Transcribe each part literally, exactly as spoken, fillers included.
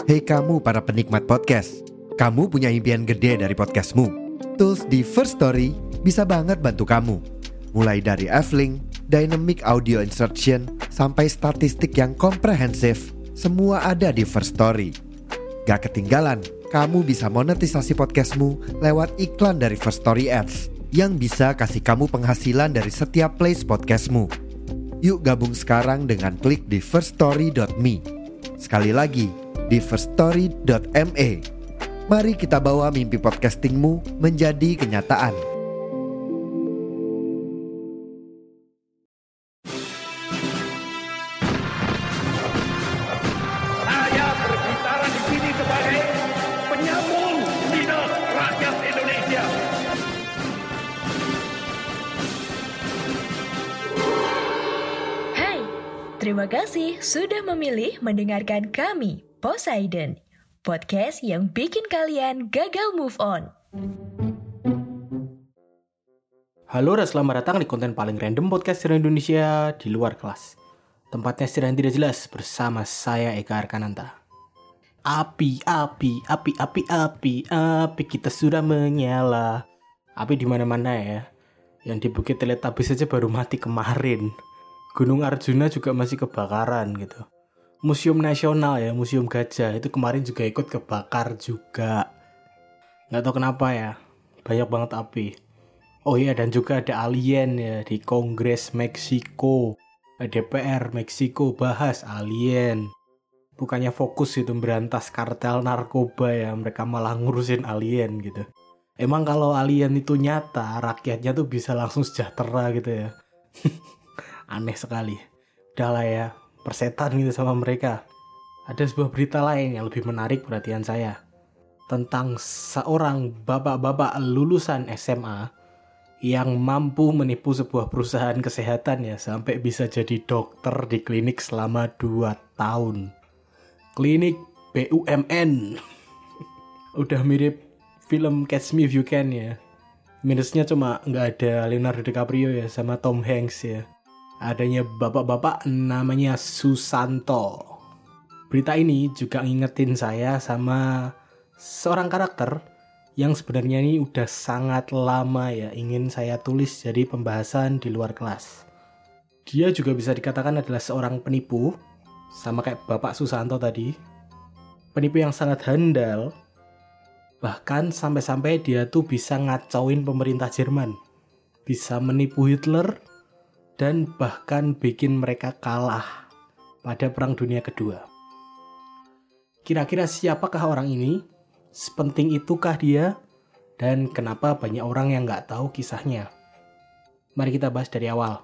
Hei kamu para penikmat podcast, kamu punya impian gede dari podcastmu. Tools di First Story bisa banget bantu kamu. Mulai dari F-Link, Dynamic Audio Insertion, sampai statistik yang komprehensif, semua ada di First Story. Gak ketinggalan, kamu bisa monetisasi podcastmu lewat iklan dari First Story Ads yang bisa kasih kamu penghasilan dari setiap plays podcastmu. Yuk gabung sekarang dengan klik di first story dot me. Sekali lagi, di first story dot me. Mari kita bawa mimpi podcastingmu menjadi kenyataan. Saya berbicara di sini sebagai penyambung lidah rakyat Indonesia. Hai, terima kasih sudah memilih mendengarkan kami, Poseidon, podcast yang bikin kalian gagal move on. Halo dan selamat datang di konten paling random podcast di Indonesia di luar kelas. Tempatnya sering tidak jelas bersama saya Eka Arkananta. Api, api, api, api, api, api kita sudah menyala. Api di mana-mana ya. Yang di Bukit Teletubbies saja baru mati kemarin. Gunung Arjuna juga masih kebakaran gitu. Museum Nasional ya, Museum Gajah itu kemarin juga ikut kebakar juga. Nggak tahu kenapa ya, banyak banget api. Oh iya, dan juga ada alien ya di Kongres Meksiko. D P R Meksiko bahas alien. Bukannya fokus itu berantas kartel narkoba ya, mereka malah ngurusin alien gitu. Emang kalau alien itu nyata, rakyatnya tuh bisa langsung sejahtera gitu ya. Aneh sekali. Udah lah ya, persetan gitu sama mereka. Ada sebuah berita lain yang lebih menarik perhatian saya. Tentang seorang bapak-bapak lulusan S M A yang mampu menipu sebuah perusahaan kesehatan ya, sampai bisa jadi dokter di klinik selama dua tahun. Klinik B U M N. Udah mirip film Catch Me If You Can ya. Minusnya cuma nggak ada Leonardo DiCaprio ya sama Tom Hanks ya. Adanya bapak-bapak namanya Susanto. Berita ini juga ngingetin saya sama seorang karakter yang sebenarnya ini udah sangat lama ya ingin saya tulis jadi pembahasan di luar kelas. Dia juga bisa dikatakan adalah seorang penipu, sama kayak Bapak Susanto tadi. Penipu yang sangat handal, bahkan sampai-sampai dia tuh bisa ngacauin pemerintah Jerman. Bisa menipu Hitler, dan bahkan bikin mereka kalah pada Perang Dunia Kedua. Kira-kira siapakah orang ini? Sepenting itukah dia? Dan kenapa banyak orang yang nggak tahu kisahnya? Mari kita bahas dari awal.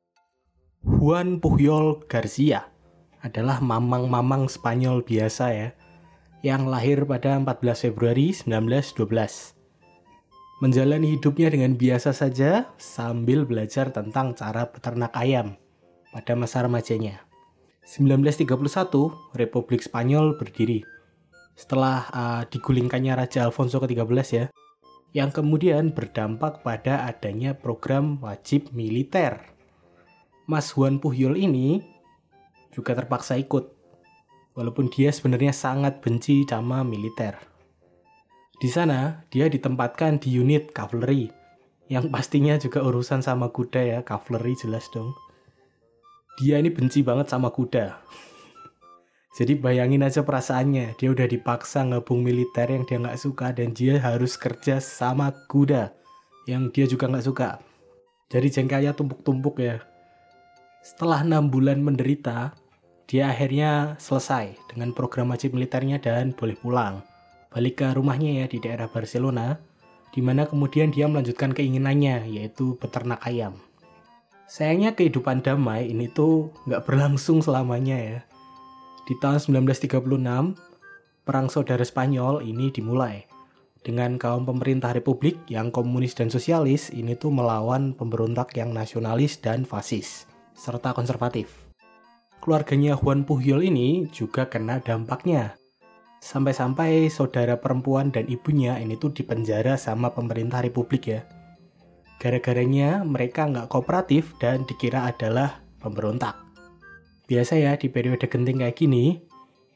Juan Pujol Garcia adalah mamang-mamang Spanyol biasa ya, yang lahir pada empat belas Februari seribu sembilan ratus dua belas. Menjalani hidupnya dengan biasa saja sambil belajar tentang cara beternak ayam pada masa remajanya. seribu sembilan belas tiga puluh satu, Republik Spanyol berdiri. Setelah uh, digulingkannya Raja Alfonso ketiga belas ya, yang kemudian berdampak pada adanya program wajib militer. Mas Juan Pujol ini juga terpaksa ikut, walaupun dia sebenarnya sangat benci sama militer. Di sana, dia ditempatkan di unit kavaleri, yang pastinya juga urusan sama kuda ya, kavaleri jelas dong. Dia ini benci banget sama kuda. Jadi bayangin aja perasaannya, dia udah dipaksa gabung militer yang dia gak suka, dan dia harus kerja sama kuda, yang dia juga gak suka. Jadi jengkelnya tumpuk-tumpuk ya. Setelah enam bulan menderita, dia akhirnya selesai dengan program wajib militernya dan boleh pulang. Balik ke rumahnya ya di daerah Barcelona, di mana kemudian dia melanjutkan keinginannya, yaitu beternak ayam. Sayangnya kehidupan damai ini tuh nggak berlangsung selamanya ya. Di tahun seribu sembilan ratus tiga puluh enam, Perang Saudara Spanyol ini dimulai dengan kaum pemerintah republik yang komunis dan sosialis ini tuh melawan pemberontak yang nasionalis dan fasis, serta konservatif. Keluarganya Juan Pujol ini juga kena dampaknya. Sampai-sampai saudara perempuan dan ibunya ini tuh dipenjara sama pemerintah republik ya. Gara-garanya mereka nggak kooperatif dan dikira adalah pemberontak. Biasa ya di periode genting kayak gini,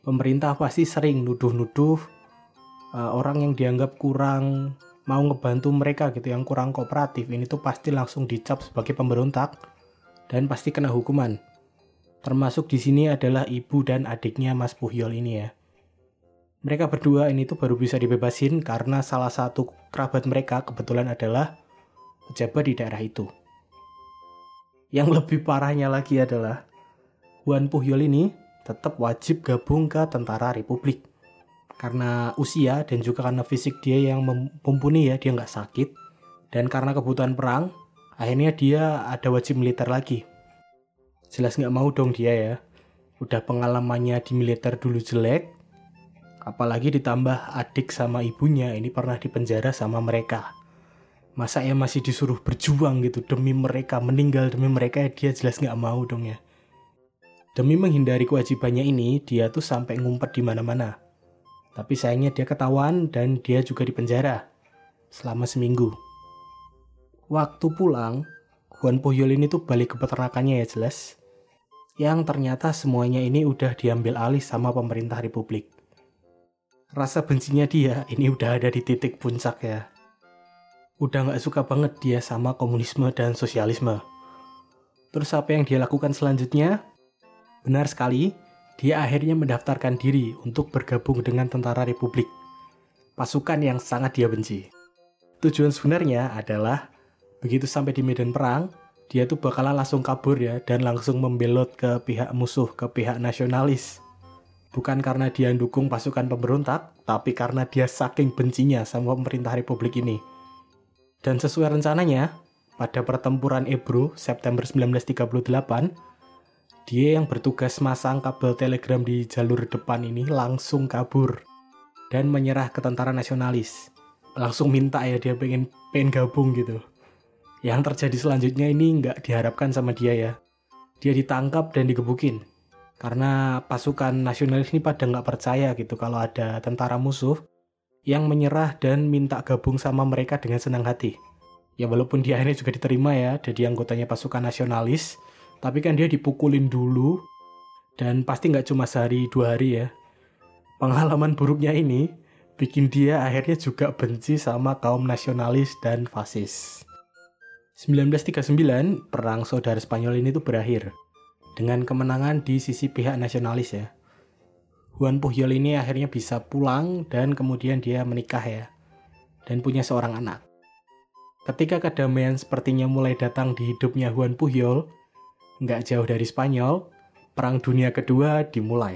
pemerintah pasti sering nuduh-nuduh uh, orang yang dianggap kurang mau ngebantu mereka gitu, yang kurang kooperatif, ini tuh pasti langsung dicap sebagai pemberontak dan pasti kena hukuman. Termasuk di sini adalah ibu dan adiknya Mas Puhyol ini ya. Mereka berdua ini tuh baru bisa dibebasin karena salah satu kerabat mereka kebetulan adalah pejabat di daerah itu. Yang lebih parahnya lagi adalah Huan Puhyol ini tetap wajib gabung ke Tentara Republik. Karena usia dan juga karena fisik dia yang mumpuni ya, dia nggak sakit. Dan karena kebutuhan perang, akhirnya dia ada wajib militer lagi. Jelas nggak mau dong dia ya. Udah pengalamannya di militer dulu jelek, apalagi ditambah adik sama ibunya ini pernah dipenjara sama mereka. Masa ya masih disuruh berjuang gitu demi mereka, meninggal demi mereka, ya dia jelas nggak mau dong ya. Demi menghindari kewajibannya ini, dia tuh sampai ngumpet di mana-mana. Tapi sayangnya dia ketahuan dan dia juga dipenjara selama seminggu. Waktu pulang, Huan Puhyol ini tuh balik ke peternakannya ya jelas. Yang ternyata semuanya ini udah diambil alih sama pemerintah Republik. Rasa bencinya dia ini udah ada di titik puncak ya. Udah gak suka banget dia sama komunisme dan sosialisme. Terus apa yang dia lakukan selanjutnya? Benar sekali, dia akhirnya mendaftarkan diri untuk bergabung dengan Tentara Republik. Pasukan yang sangat dia benci. Tujuan sebenarnya adalah, begitu sampai di medan perang, dia tuh bakalan langsung kabur ya, dan langsung membelot ke pihak musuh, ke pihak nasionalis. Bukan karena dia dukung pasukan pemberontak, tapi karena dia saking bencinya sama pemerintah Republik ini. Dan sesuai rencananya, pada pertempuran Ebro, September sembilan belas tiga puluh delapan, dia yang bertugas masang kabel telegram di jalur depan ini langsung kabur dan menyerah ke tentara nasionalis. Langsung minta ya dia pengen, pengen gabung gitu. Yang terjadi selanjutnya ini nggak diharapkan sama dia ya. Dia ditangkap dan digebukin. Karena pasukan nasionalis ini pada nggak percaya gitu kalau ada tentara musuh yang menyerah dan minta gabung sama mereka dengan senang hati. Ya walaupun dia akhirnya juga diterima ya, jadi anggotanya pasukan nasionalis, tapi kan dia dipukulin dulu, dan pasti nggak cuma sehari dua hari ya. Pengalaman buruknya ini bikin dia akhirnya juga benci sama kaum nasionalis dan fasis. sembilan belas tiga puluh sembilan, perang saudara Spanyol ini tuh berakhir dengan kemenangan di sisi pihak nasionalis ya. Huan Puhyol ini akhirnya bisa pulang dan kemudian dia menikah ya, dan punya seorang anak. Ketika kedamaian sepertinya mulai datang di hidupnya Huan Puhyol, nggak jauh dari Spanyol, Perang Dunia Kedua dimulai.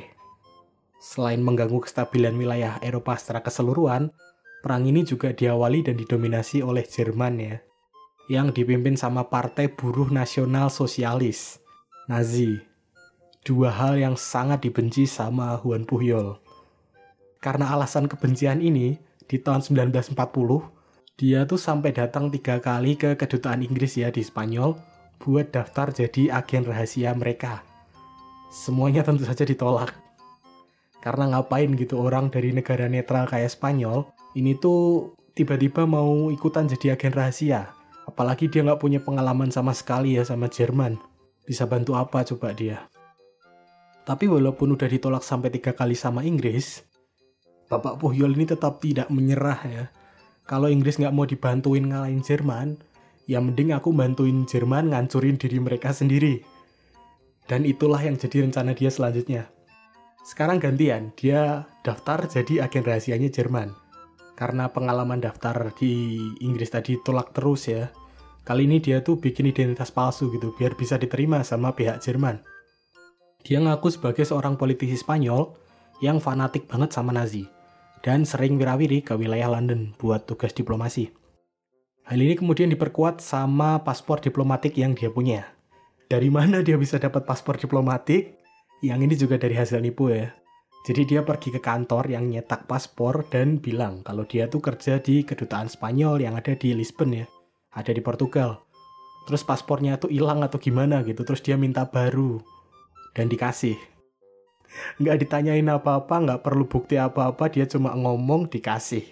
Selain mengganggu kestabilan wilayah Eropa secara keseluruhan, perang ini juga diawali dan didominasi oleh Jerman ya, yang dipimpin sama Partai Buruh Nasional Sosialis, Nazi. Dua hal yang sangat dibenci sama Huan Puhyol. Karena alasan kebencian ini, di tahun sembilan belas empat puluh, dia tuh sampai datang tiga kali ke kedutaan Inggris ya di Spanyol, buat daftar jadi agen rahasia mereka. Semuanya tentu saja ditolak. Karena ngapain gitu orang dari negara netral kayak Spanyol, ini tuh tiba-tiba mau ikutan jadi agen rahasia. Apalagi dia nggak punya pengalaman sama sekali ya sama Jerman. Bisa bantu apa coba dia? Tapi walaupun udah ditolak sampai tiga kali sama Inggris, Bapak Puhyol ini tetap tidak menyerah ya. Kalau Inggris nggak mau dibantuin ngalahin Jerman, ya mending aku bantuin Jerman ngancurin diri mereka sendiri. Dan itulah yang jadi rencana dia selanjutnya. Sekarang gantian, dia daftar jadi agen rahasianya Jerman. Karena pengalaman daftar di Inggris tadi tolak terus ya. Kali ini dia tuh bikin identitas palsu gitu, biar bisa diterima sama pihak Jerman. Dia ngaku sebagai seorang politisi Spanyol yang fanatik banget sama Nazi. Dan sering wirawiri ke wilayah London buat tugas diplomasi. Hal ini kemudian diperkuat sama paspor diplomatik yang dia punya. Dari mana dia bisa dapat paspor diplomatik? Yang ini juga dari hasil nipu ya. Jadi dia pergi ke kantor yang nyetak paspor dan bilang kalau dia tuh kerja di kedutaan Spanyol yang ada di Lisbon ya. Ada di Portugal. Terus paspornya tuh hilang atau gimana gitu. Terus dia minta baru. Dan dikasih. Nggak ditanyain apa-apa, nggak perlu bukti apa-apa, dia cuma ngomong dikasih.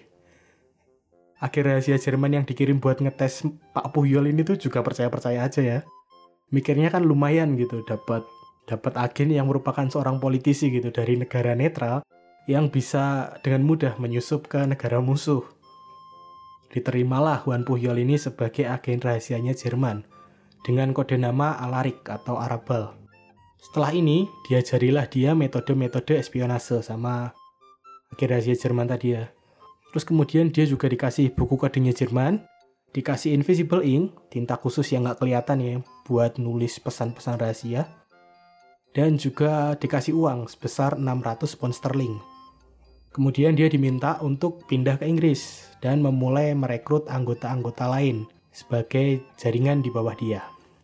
Agen rahasia Jerman yang dikirim buat ngetes Pak Puhyol ini tuh juga percaya-percaya aja ya. Mikirnya kan lumayan gitu, dapat dapat agen yang merupakan seorang politisi gitu dari negara netral yang bisa dengan mudah menyusup ke negara musuh. Diterimalah Huan Puhyol ini sebagai agen rahasianya Jerman dengan kode nama Alaric atau Arabal. Setelah ini, diajarilah dia metode-metode espionase sama agen rahasia Jerman tadi ya. Terus kemudian dia juga dikasih buku kodenya Jerman, dikasih invisible ink, tinta khusus yang nggak kelihatan ya, buat nulis pesan-pesan rahasia, dan juga dikasih uang sebesar enam ratus pound sterling. Kemudian dia diminta untuk pindah ke Inggris dan memulai merekrut anggota-anggota lain sebagai jaringan di bawah dia.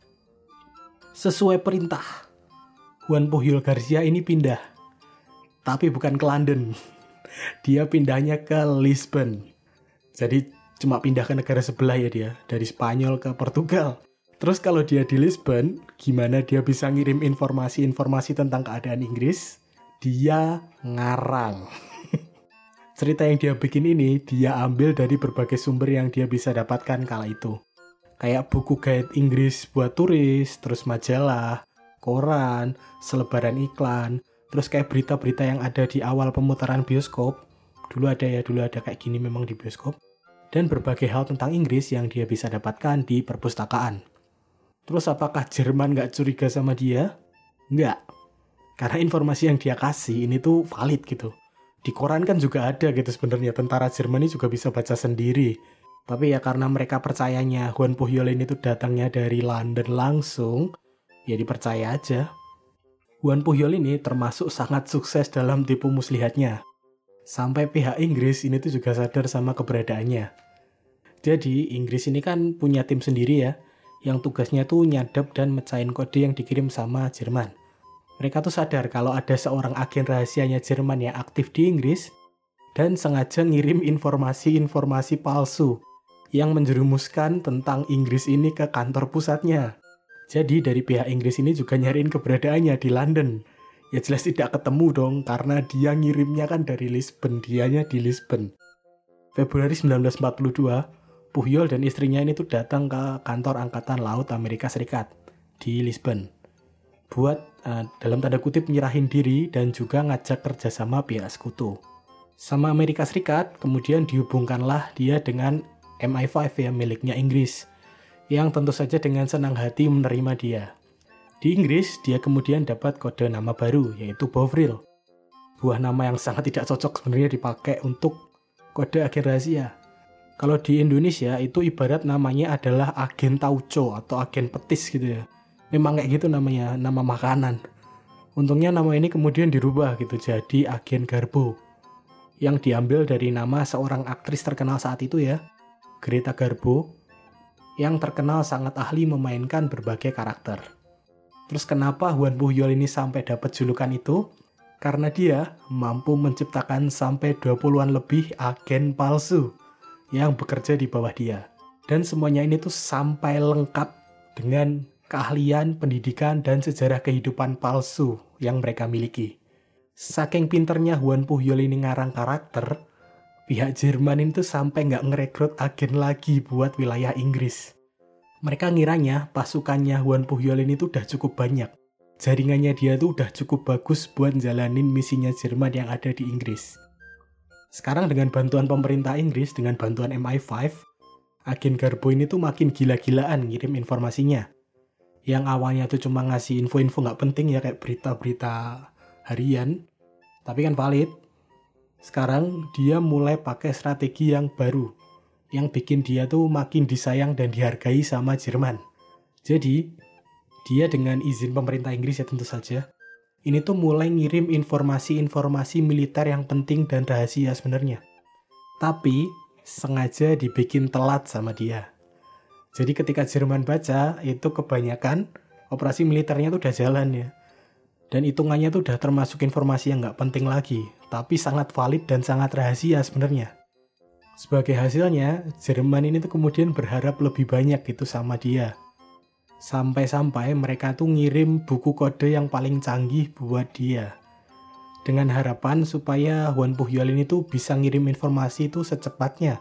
Sesuai perintah, Huan Puhyol Garcia ini pindah, tapi bukan ke London. Dia pindahnya ke Lisbon. Jadi cuma pindah ke negara sebelah ya dia, dari Spanyol ke Portugal. Terus kalau dia di Lisbon, gimana dia bisa ngirim informasi-informasi tentang keadaan Inggris? Dia ngarang. Cerita yang dia bikin ini, dia ambil dari berbagai sumber yang dia bisa dapatkan kala itu. Kayak buku guide Inggris buat turis, terus majalah, koran, selebaran iklan, terus kayak berita-berita yang ada di awal pemutaran bioskop. Dulu ada ya, dulu ada kayak gini memang di bioskop. Dan berbagai hal tentang Inggris yang dia bisa dapatkan di perpustakaan. Terus apakah Jerman gak curiga sama dia? Enggak. Karena informasi yang dia kasih ini tuh valid gitu. Di koran kan juga ada gitu sebenarnya, tentara Jerman ini juga bisa baca sendiri. Tapi ya karena mereka percayanya Huan Puhyol ini tuh datangnya dari London langsung, ya dipercaya aja. Huan Puhyol ini termasuk sangat sukses dalam tipu muslihatnya. Sampai pihak Inggris ini tuh juga sadar sama keberadaannya. Jadi Inggris ini kan punya tim sendiri ya, yang tugasnya tuh nyadap dan mecahin kode yang dikirim sama Jerman. Mereka tuh sadar kalau ada seorang agen rahasianya Jerman yang aktif di Inggris dan sengaja ngirim informasi-informasi palsu yang menjerumuskan tentang Inggris ini ke kantor pusatnya. Jadi dari pihak Inggris ini juga nyariin keberadaannya di London. Ya jelas tidak ketemu dong, karena dia ngirimnya kan dari Lisbon, dianya di Lisbon. Februari sembilan belas empat puluh dua, Puhyol dan istrinya ini tuh datang ke kantor Angkatan Laut Amerika Serikat di Lisbon. Buat uh, dalam tanda kutip nyerahin diri dan juga ngajak kerjasama pihak sekutu. Sama Amerika Serikat, kemudian dihubungkanlah dia dengan M I lima ya, miliknya Inggris, yang tentu saja dengan senang hati menerima dia. Di Inggris, dia kemudian dapat kode nama baru, yaitu Bovril. Buah nama yang sangat tidak cocok sebenarnya dipakai untuk kode agen rahasia. Kalau di Indonesia, itu ibarat namanya adalah agen tauco atau agen petis gitu ya. Memang kayak gitu namanya, nama makanan. Untungnya nama ini kemudian dirubah gitu, jadi agen Garbo. Yang diambil dari nama seorang aktris terkenal saat itu ya, Greta Garbo, yang terkenal sangat ahli memainkan berbagai karakter. Terus kenapa Huan Puhyol ini sampai dapat julukan itu? Karena dia mampu menciptakan sampai dua puluhan lebih agen palsu yang bekerja di bawah dia. Dan semuanya ini tuh sampai lengkap dengan keahlian, pendidikan, dan sejarah kehidupan palsu yang mereka miliki. Saking pinternya Huan Puhyol ini ngarang karakter, pihak Jerman itu sampai nggak ngerekrut agen lagi buat wilayah Inggris. Mereka ngiranya pasukannya Huan Puhyol ini tuh udah cukup banyak. Jaringannya dia tuh udah cukup bagus buat jalanin misinya Jerman yang ada di Inggris. Sekarang dengan bantuan pemerintah Inggris, dengan bantuan M I lima, agen Garbo ini tuh makin gila-gilaan ngirim informasinya. Yang awalnya tuh cuma ngasih info-info nggak penting ya, kayak berita-berita harian, tapi kan valid. Sekarang dia mulai pakai strategi yang baru, yang bikin dia tuh makin disayang dan dihargai sama Jerman. Jadi, dia dengan izin pemerintah Inggris ya tentu saja, ini tuh mulai ngirim informasi-informasi militer yang penting dan rahasia sebenarnya. Tapi, sengaja dibikin telat sama dia. Jadi ketika Jerman baca, itu kebanyakan operasi militernya tuh udah jalan ya. Dan hitungannya tuh udah termasuk informasi yang nggak penting lagi, tapi sangat valid dan sangat rahasia sebenarnya. Sebagai hasilnya, Jerman ini tuh kemudian berharap lebih banyak gitu sama dia. Sampai-sampai mereka tuh ngirim buku kode yang paling canggih buat dia. Dengan harapan supaya Huan Puhyol ini tuh bisa ngirim informasi itu secepatnya,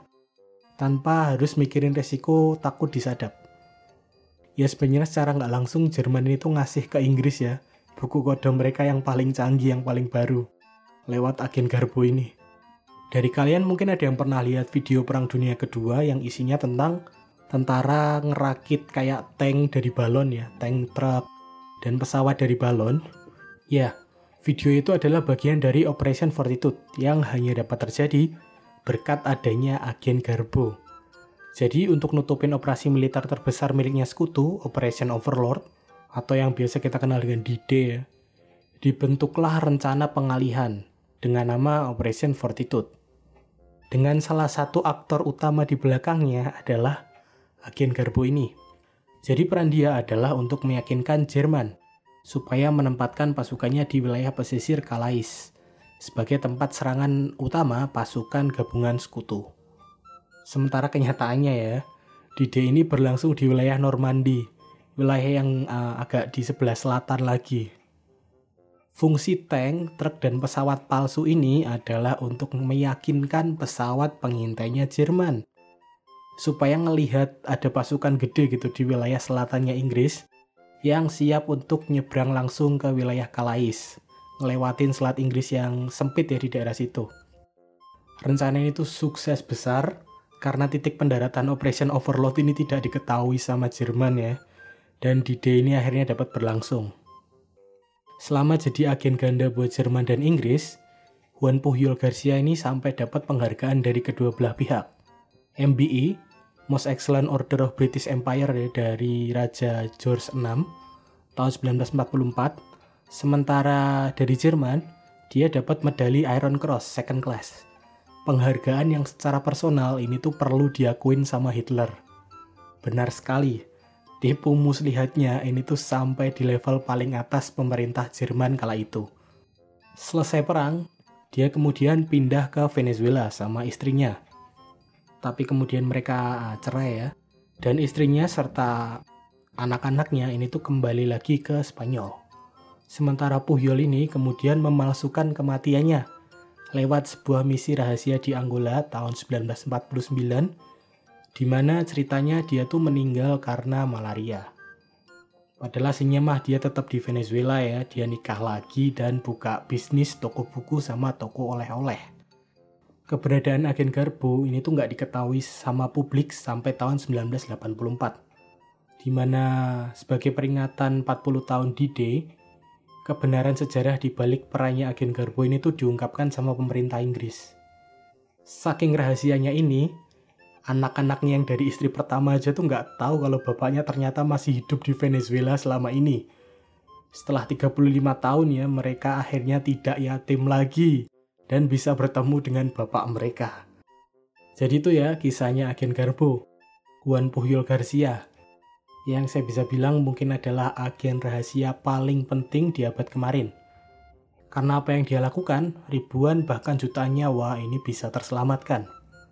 tanpa harus mikirin resiko takut disadap. Ya sebenarnya secara nggak langsung Jerman ini tuh ngasih ke Inggris ya, buku kode mereka yang paling canggih, yang paling baru lewat agen Garbo ini. Dari kalian mungkin ada yang pernah lihat video Perang Dunia Kedua yang isinya tentang tentara ngerakit kayak tank dari balon ya, tank, truk, dan pesawat dari balon. Ya, video itu adalah bagian dari Operation Fortitude yang hanya dapat terjadi berkat adanya agen Garbo. Jadi untuk nutupin operasi militer terbesar miliknya Sekutu, Operation Overlord, atau yang biasa kita kenal dengan D-Day ya, dibentuklah rencana pengalihan dengan nama Operation Fortitude. Dengan salah satu aktor utama di belakangnya adalah agen Garbo ini. Jadi peran dia adalah untuk meyakinkan Jerman supaya menempatkan pasukannya di wilayah pesisir Calais sebagai tempat serangan utama pasukan gabungan Sekutu. Sementara kenyataannya ya, D-Day ini berlangsung di wilayah Normandy, wilayah yang uh, agak di sebelah selatan lagi. Fungsi tank, truk, dan pesawat palsu ini adalah untuk meyakinkan pesawat pengintainya Jerman supaya ngelihat ada pasukan gede gitu di wilayah selatannya Inggris yang siap untuk nyebrang langsung ke wilayah Calais, ngelewatin selat Inggris yang sempit ya di daerah situ. Rencana ini tuh sukses besar karena titik pendaratan Operation Overlord ini tidak diketahui sama Jerman ya, dan D-Day ini akhirnya dapat berlangsung. Selama jadi agen ganda buat Jerman dan Inggris, Juan Pujol Garcia ini sampai dapat penghargaan dari kedua belah pihak. M B E, Most Excellent Order of British Empire ya, dari Raja George enam tahun sembilan belas empat puluh empat. Sementara dari Jerman, dia dapat medali Iron Cross second class. Penghargaan yang secara personal ini tuh perlu diakuin sama Hitler. Benar sekali. Tipu muslihatnya ini tuh sampai di level paling atas pemerintah Jerman kala itu. Selesai perang, dia kemudian pindah ke Venezuela sama istrinya. Tapi kemudian mereka cerai ya. Dan istrinya serta anak-anaknya ini tuh kembali lagi ke Spanyol. Sementara Pujol ini kemudian memalsukan kematiannya lewat sebuah misi rahasia di Angola tahun sembilan belas empat puluh sembilan, di mana ceritanya dia tuh meninggal karena malaria. Padahal aslinya mah dia tetap di Venezuela ya, dia nikah lagi dan buka bisnis toko buku sama toko oleh-oleh. Keberadaan agen Garbo ini tuh nggak diketahui sama publik sampai tahun sembilan belas delapan puluh empat, di mana sebagai peringatan empat puluh tahun D-Day, kebenaran sejarah di balik perannya agen Garbo ini tuh diungkapkan sama pemerintah Inggris. Saking rahasianya ini, anak-anaknya yang dari istri pertama aja tuh nggak tahu kalau bapaknya ternyata masih hidup di Venezuela selama ini. Setelah tiga puluh lima tahun ya, mereka akhirnya tidak yatim lagi dan bisa bertemu dengan bapak mereka. Jadi itu ya kisahnya agen Garbo, Juan Pujol Garcia, yang saya bisa bilang mungkin adalah agen rahasia paling penting di abad kemarin. Karena apa yang dia lakukan, ribuan bahkan jutaan nyawa ini bisa terselamatkan.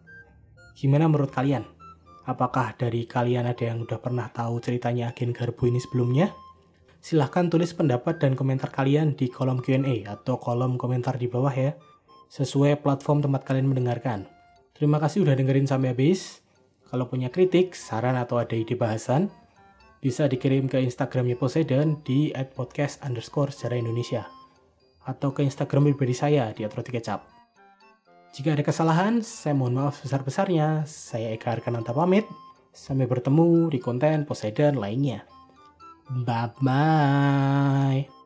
Gimana menurut kalian? Apakah dari kalian ada yang udah pernah tahu ceritanya agen Garbo ini sebelumnya? Silahkan tulis pendapat dan komentar kalian di kolom Q and A atau kolom komentar di bawah ya, sesuai platform tempat kalian mendengarkan. Terima kasih udah dengerin sampai habis. Kalau punya kritik, saran atau ada ide bahasan, bisa dikirim ke Instagramnya Poseidon di at podcast underscore sejarah Indonesia, atau ke Instagram pribadi saya di at roti kecap. Jika ada kesalahan, saya mohon maaf sebesar-besarnya. Saya Eka Arkananta pamit. Sampai bertemu di konten Poseidon lainnya. Bye-bye.